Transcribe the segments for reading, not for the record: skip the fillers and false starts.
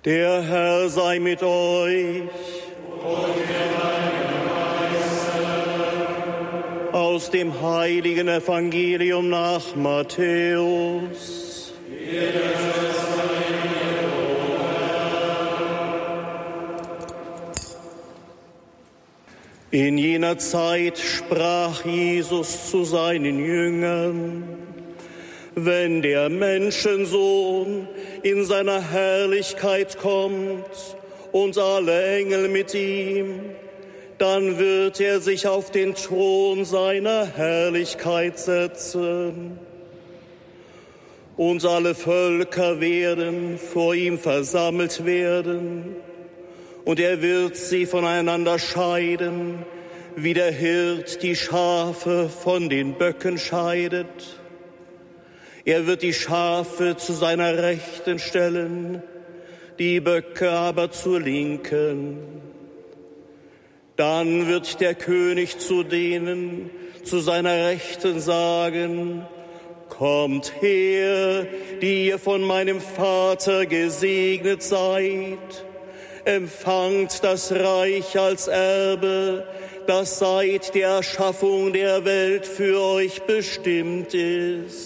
Der Herr sei mit euch. Und mit deinem Geiste. Aus dem heiligen Evangelium nach Matthäus. In jener Zeit sprach Jesus zu seinen Jüngern: Wenn der Menschensohn in seiner Herrlichkeit kommt und alle Engel mit ihm, dann wird er sich auf den Thron seiner Herrlichkeit setzen. Und alle Völker werden vor ihm versammelt werden, und er wird sie voneinander scheiden, wie der Hirt die Schafe von den Böcken scheidet. Er wird die Schafe zu seiner Rechten stellen, die Böcke aber zur Linken. Dann wird der König zu denen zu seiner Rechten sagen: Kommt her, die ihr von meinem Vater gesegnet seid. Empfangt das Reich als Erbe, das seit der Erschaffung der Welt für euch bestimmt ist.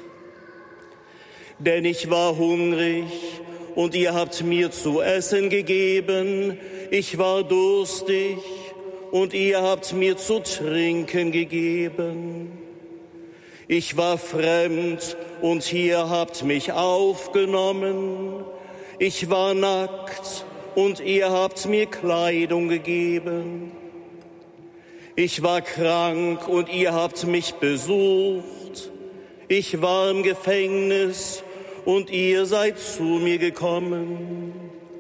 Denn ich war hungrig, und ihr habt mir zu essen gegeben. Ich war durstig, und ihr habt mir zu trinken gegeben. Ich war fremd, und ihr habt mich aufgenommen. Ich war nackt, und ihr habt mir Kleidung gegeben. Ich war krank, und ihr habt mich besucht. Ich war im Gefängnis, und ihr seid zu mir gekommen.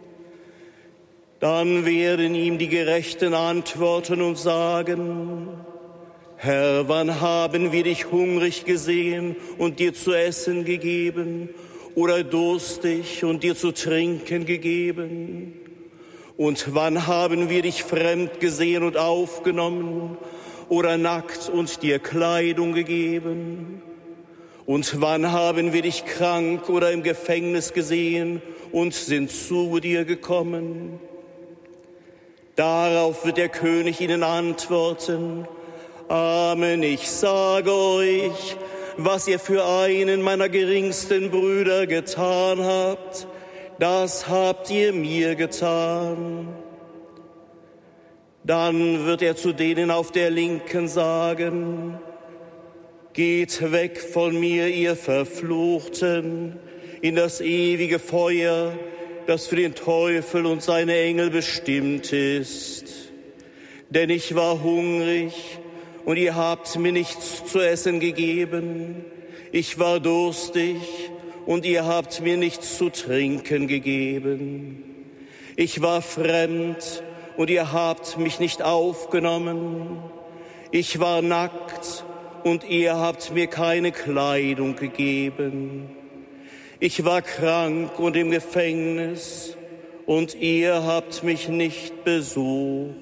Dann werden ihm die Gerechten antworten und sagen: Herr, wann haben wir dich hungrig gesehen und dir zu essen gegeben, oder durstig und dir zu trinken gegeben? Und wann haben wir dich fremd gesehen und aufgenommen, oder nackt und dir Kleidung gegeben? Und wann haben wir dich krank oder im Gefängnis gesehen und sind zu dir gekommen? Darauf wird der König ihnen antworten: Amen, ich sage euch, was ihr für einen meiner geringsten Brüder getan habt, das habt ihr mir getan. Dann wird er zu denen auf der Linken sagen: Geht weg von mir, ihr Verfluchten, in das ewige Feuer, das für den Teufel und seine Engel bestimmt ist. Denn ich war hungrig, und ihr habt mir nichts zu essen gegeben. Ich war durstig, und ihr habt mir nichts zu trinken gegeben. Ich war fremd, und ihr habt mich nicht aufgenommen. Ich war nackt, und ihr habt mir keine Kleidung gegeben. Ich war krank und im Gefängnis, und ihr habt mich nicht besucht.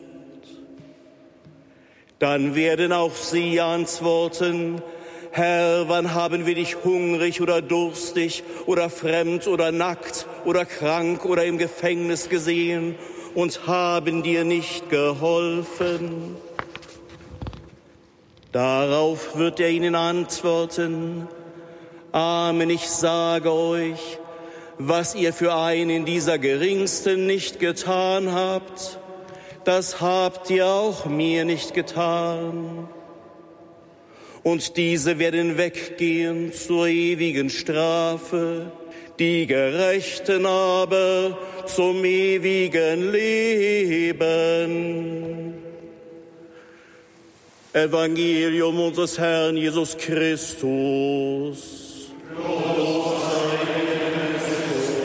Dann werden auch sie antworten: Herr, wann haben wir dich hungrig oder durstig oder fremd oder nackt oder krank oder im Gefängnis gesehen und haben dir nicht geholfen? Darauf wird er ihnen antworten: Amen, ich sage euch, was ihr für einen dieser Geringsten nicht getan habt, das habt ihr auch mir nicht getan. Und diese werden weggehen zur ewigen Strafe, die Gerechten aber zum ewigen Leben. Evangelium unseres Herrn Jesus Christus. Lob sei Christus.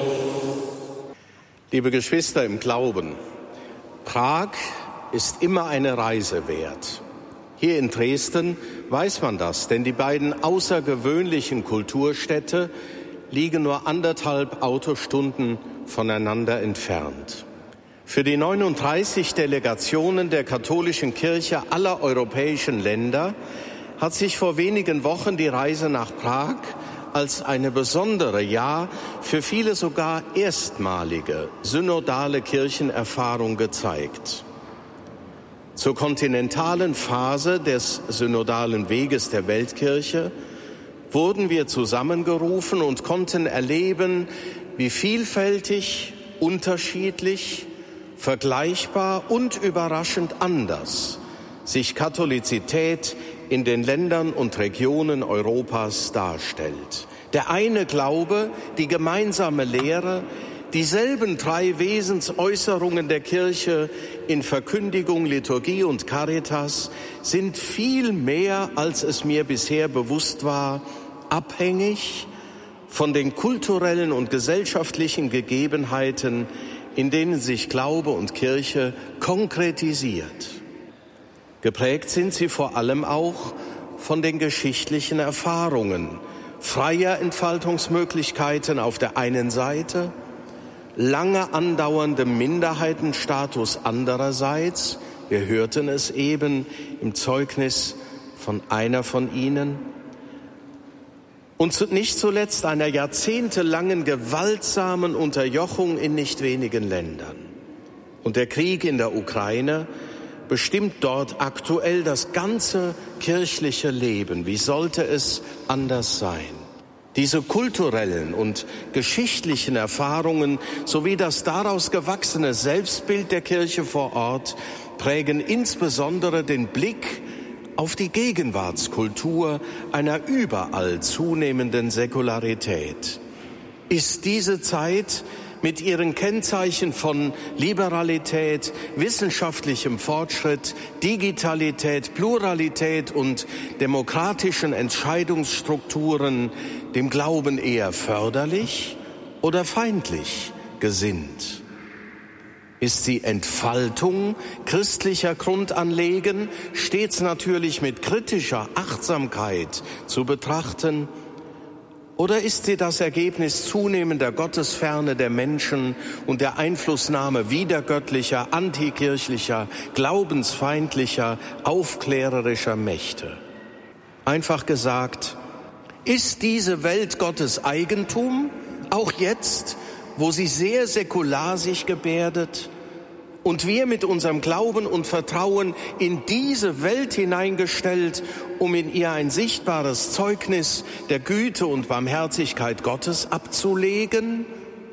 Liebe Geschwister im Glauben, Prag ist immer eine Reise wert. Hier in Dresden weiß man das, denn die beiden außergewöhnlichen Kulturstädte liegen nur 1,5 Autostunden voneinander entfernt. Für die 39 Delegationen der katholischen Kirche aller europäischen Länder hat sich vor wenigen Wochen die Reise nach Prag als eine besondere, ja für viele sogar erstmalige synodale Kirchenerfahrung gezeigt. Zur kontinentalen Phase des synodalen Weges der Weltkirche wurden wir zusammengerufen und konnten erleben, wie vielfältig, unterschiedlich, vergleichbar und überraschend anders sich Katholizität in den Ländern und Regionen Europas darstellt. Der eine Glaube, die gemeinsame Lehre, dieselben 3 Wesensäußerungen der Kirche in Verkündigung, Liturgie und Caritas sind viel mehr, als es mir bisher bewusst war, abhängig von den kulturellen und gesellschaftlichen Gegebenheiten, in denen sich Glaube und Kirche konkretisiert. Geprägt sind sie vor allem auch von den geschichtlichen Erfahrungen, freier Entfaltungsmöglichkeiten auf der einen Seite, lange andauerndem Minderheitenstatus andererseits, wir hörten es eben im Zeugnis von einer von ihnen, und nicht zuletzt einer jahrzehntelangen gewaltsamen Unterjochung in nicht wenigen Ländern. Und der Krieg in der Ukraine bestimmt dort aktuell das ganze kirchliche Leben. Wie sollte es anders sein? Diese kulturellen und geschichtlichen Erfahrungen sowie das daraus gewachsene Selbstbild der Kirche vor Ort prägen insbesondere den Blick auf die Gegenwartskultur einer überall zunehmenden Säkularität. Ist diese Zeit mit ihren Kennzeichen von Liberalität, wissenschaftlichem Fortschritt, Digitalität, Pluralität und demokratischen Entscheidungsstrukturen dem Glauben eher förderlich oder feindlich gesinnt? Ist die Entfaltung christlicher Grundanliegen stets natürlich mit kritischer Achtsamkeit zu betrachten? Oder ist sie das Ergebnis zunehmender Gottesferne der Menschen und der Einflussnahme widergöttlicher, antikirchlicher, glaubensfeindlicher, aufklärerischer Mächte? Einfach gesagt, ist diese Welt Gottes Eigentum, auch jetzt, wo sie sehr säkular sich gebärdet und wir mit unserem Glauben und Vertrauen in diese Welt hineingestellt, um in ihr ein sichtbares Zeugnis der Güte und Barmherzigkeit Gottes abzulegen?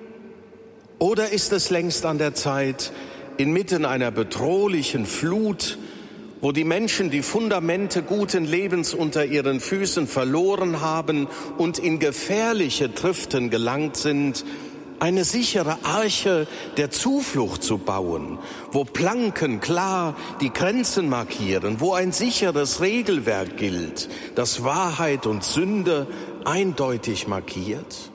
Oder ist es längst an der Zeit, inmitten einer bedrohlichen Flut, wo die Menschen die Fundamente guten Lebens unter ihren Füßen verloren haben und in gefährliche Triften gelangt sind, eine sichere Arche der Zuflucht zu bauen, wo Planken klar die Grenzen markieren, wo ein sicheres Regelwerk gilt, das Wahrheit und Sünde eindeutig markiert?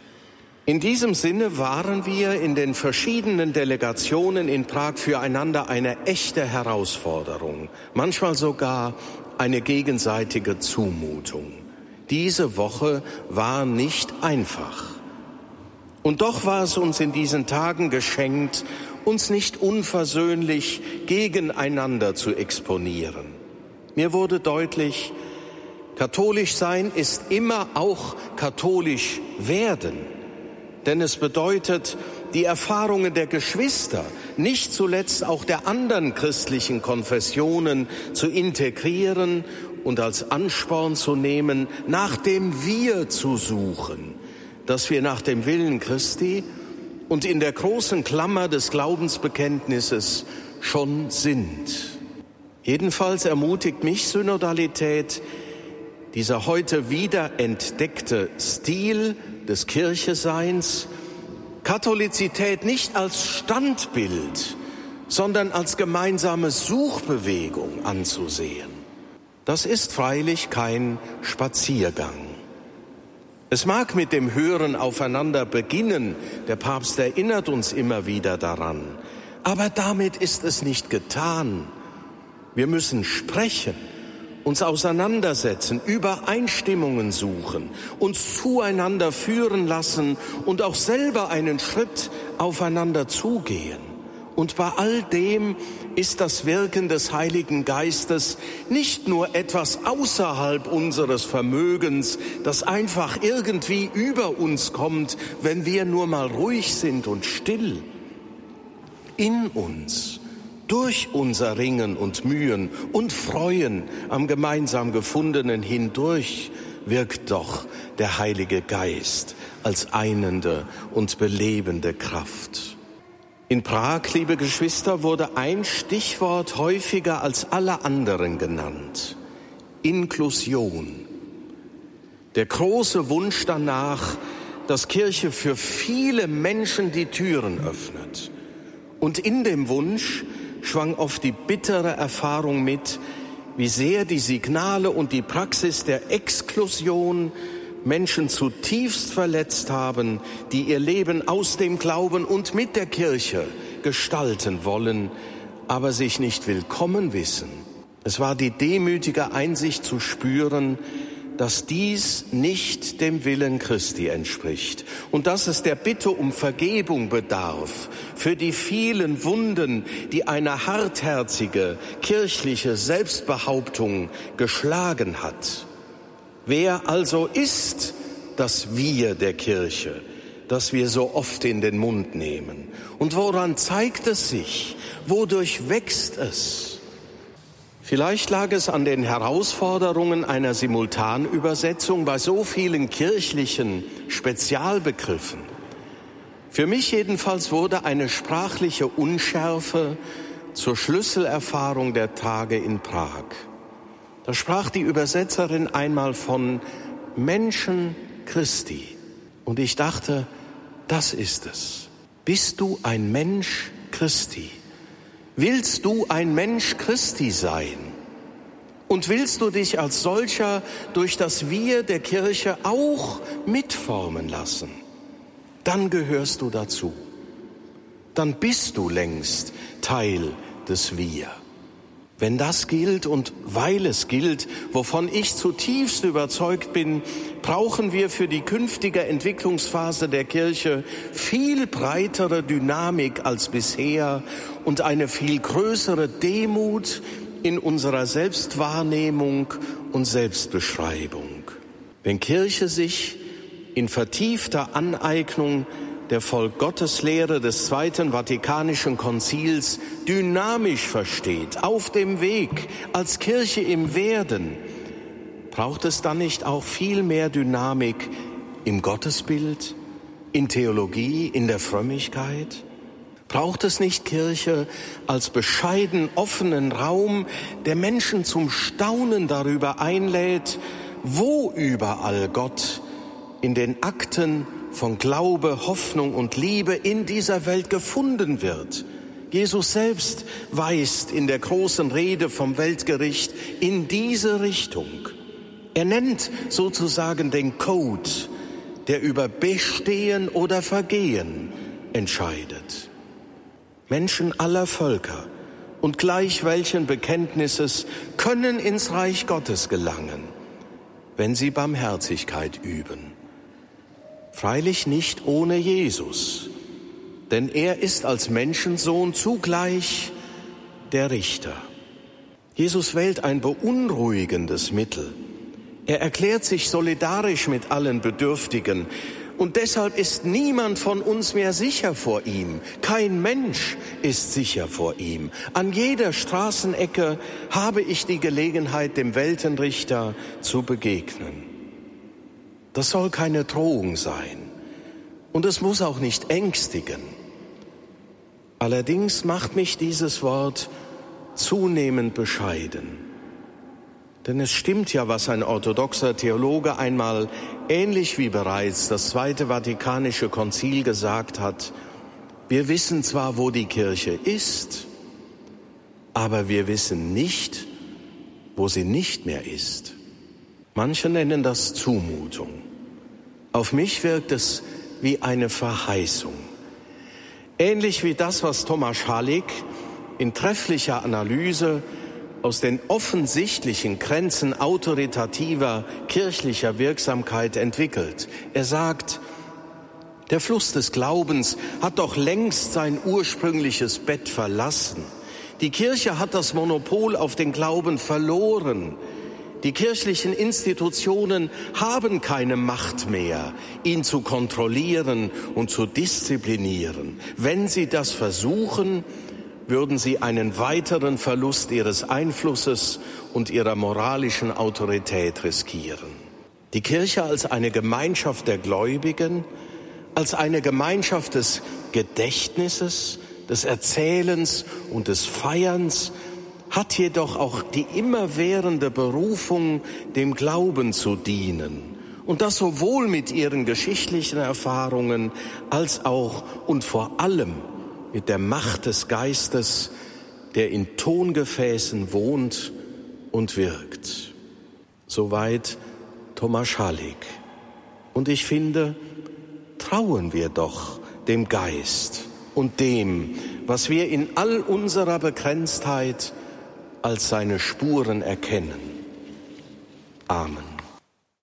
In diesem Sinne waren wir in den verschiedenen Delegationen in Prag füreinander eine echte Herausforderung, manchmal sogar eine gegenseitige Zumutung. Diese Woche war nicht einfach. Und doch war es uns in diesen Tagen geschenkt, uns nicht unversöhnlich gegeneinander zu exponieren. Mir wurde deutlich, katholisch sein ist immer auch katholisch werden. Denn es bedeutet, die Erfahrungen der Geschwister, nicht zuletzt auch der anderen christlichen Konfessionen, zu integrieren und als Ansporn zu nehmen, nach dem Wir zu suchen, dass wir nach dem Willen Christi und in der großen Klammer des Glaubensbekenntnisses schon sind. Jedenfalls ermutigt mich Synodalität, dieser heute wiederentdeckte Stil des Kircheseins, Katholizität nicht als Standbild, sondern als gemeinsame Suchbewegung anzusehen. Das ist freilich kein Spaziergang. Es mag mit dem Hören aufeinander beginnen, der Papst erinnert uns immer wieder daran, aber damit ist es nicht getan. Wir müssen sprechen, uns auseinandersetzen, Übereinstimmungen suchen, uns zueinander führen lassen und auch selber einen Schritt aufeinander zugehen. Und bei all dem ist das Wirken des Heiligen Geistes nicht nur etwas außerhalb unseres Vermögens, das einfach irgendwie über uns kommt, wenn wir nur mal ruhig sind und still. In uns, durch unser Ringen und Mühen und Freuen am gemeinsam Gefundenen hindurch, wirkt doch der Heilige Geist als einende und belebende Kraft. In Prag, liebe Geschwister, wurde ein Stichwort häufiger als alle anderen genannt: Inklusion. Der große Wunsch danach, dass Kirche für viele Menschen die Türen öffnet. Und in dem Wunsch schwang oft die bittere Erfahrung mit, wie sehr die Signale und die Praxis der Exklusion Menschen zutiefst verletzt haben, die ihr Leben aus dem Glauben und mit der Kirche gestalten wollen, aber sich nicht willkommen wissen. Es war die demütige Einsicht zu spüren, dass dies nicht dem Willen Christi entspricht und dass es der Bitte um Vergebung bedarf für die vielen Wunden, die eine hartherzige kirchliche Selbstbehauptung geschlagen hat. Wer also ist das Wir der Kirche, das wir so oft in den Mund nehmen? Und woran zeigt es sich? Wodurch wächst es? Vielleicht lag es an den Herausforderungen einer Simultanübersetzung bei so vielen kirchlichen Spezialbegriffen. Für mich jedenfalls wurde eine sprachliche Unschärfe zur Schlüsselerfahrung der Tage in Prag. Da sprach die Übersetzerin einmal von Menschen Christi. Und ich dachte, das ist es. Bist du ein Mensch Christi? Willst du ein Mensch Christi sein? Und willst du dich als solcher durch das Wir der Kirche auch mitformen lassen? Dann gehörst du dazu. Dann bist du längst Teil des Wir. Wenn das gilt und weil es gilt, wovon ich zutiefst überzeugt bin, brauchen wir für die künftige Entwicklungsphase der Kirche viel breitere Dynamik als bisher und eine viel größere Demut in unserer Selbstwahrnehmung und Selbstbeschreibung. Wenn Kirche sich in vertiefter Aneignung der Volk-Gottes-Lehre des Zweiten Vatikanischen Konzils dynamisch versteht, auf dem Weg, als Kirche im Werden, braucht es dann nicht auch viel mehr Dynamik im Gottesbild, in Theologie, in der Frömmigkeit? Braucht es nicht Kirche als bescheiden offenen Raum, der Menschen zum Staunen darüber einlädt, wo überall Gott in den Akten von Glaube, Hoffnung und Liebe in dieser Welt gefunden wird? Jesus selbst weist in der großen Rede vom Weltgericht in diese Richtung. Er nennt sozusagen den Code, der über Bestehen oder Vergehen entscheidet. Menschen aller Völker und gleich welchen Bekenntnisses können ins Reich Gottes gelangen, wenn sie Barmherzigkeit üben. Freilich nicht ohne Jesus, denn er ist als Menschensohn zugleich der Richter. Jesus wählt ein beunruhigendes Mittel. Er erklärt sich solidarisch mit allen Bedürftigen und deshalb ist niemand von uns mehr sicher vor ihm. Kein Mensch ist sicher vor ihm. An jeder Straßenecke habe ich die Gelegenheit, dem Weltenrichter zu begegnen. Das soll keine Drohung sein und es muss auch nicht ängstigen. Allerdings macht mich dieses Wort zunehmend bescheiden. Denn es stimmt ja, was ein orthodoxer Theologe einmal ähnlich wie bereits das Zweite Vatikanische Konzil gesagt hat: Wir wissen zwar, wo die Kirche ist, aber wir wissen nicht, wo sie nicht mehr ist. Manche nennen das Zumutung. Auf mich wirkt es wie eine Verheißung. Ähnlich wie das, was Thomas Halleck in trefflicher Analyse aus den offensichtlichen Grenzen autoritativer kirchlicher Wirksamkeit entwickelt. Er sagt, Der Fluss des Glaubens hat doch längst sein ursprüngliches Bett verlassen. Die Kirche hat das Monopol auf den Glauben verloren. Die kirchlichen Institutionen haben keine Macht mehr, ihn zu kontrollieren und zu disziplinieren. Wenn sie das versuchen, würden sie einen weiteren Verlust ihres Einflusses und ihrer moralischen Autorität riskieren. Die Kirche als eine Gemeinschaft der Gläubigen, als eine Gemeinschaft des Gedächtnisses, des Erzählens und des Feierns, hat jedoch auch die immerwährende Berufung, dem Glauben zu dienen. Und das sowohl mit ihren geschichtlichen Erfahrungen als auch und vor allem mit der Macht des Geistes, der in Tongefäßen wohnt und wirkt. Soweit Thomas Schallig. Und ich finde, trauen wir doch dem Geist und dem, was wir in all unserer Begrenztheit als seine Spuren erkennen. Amen.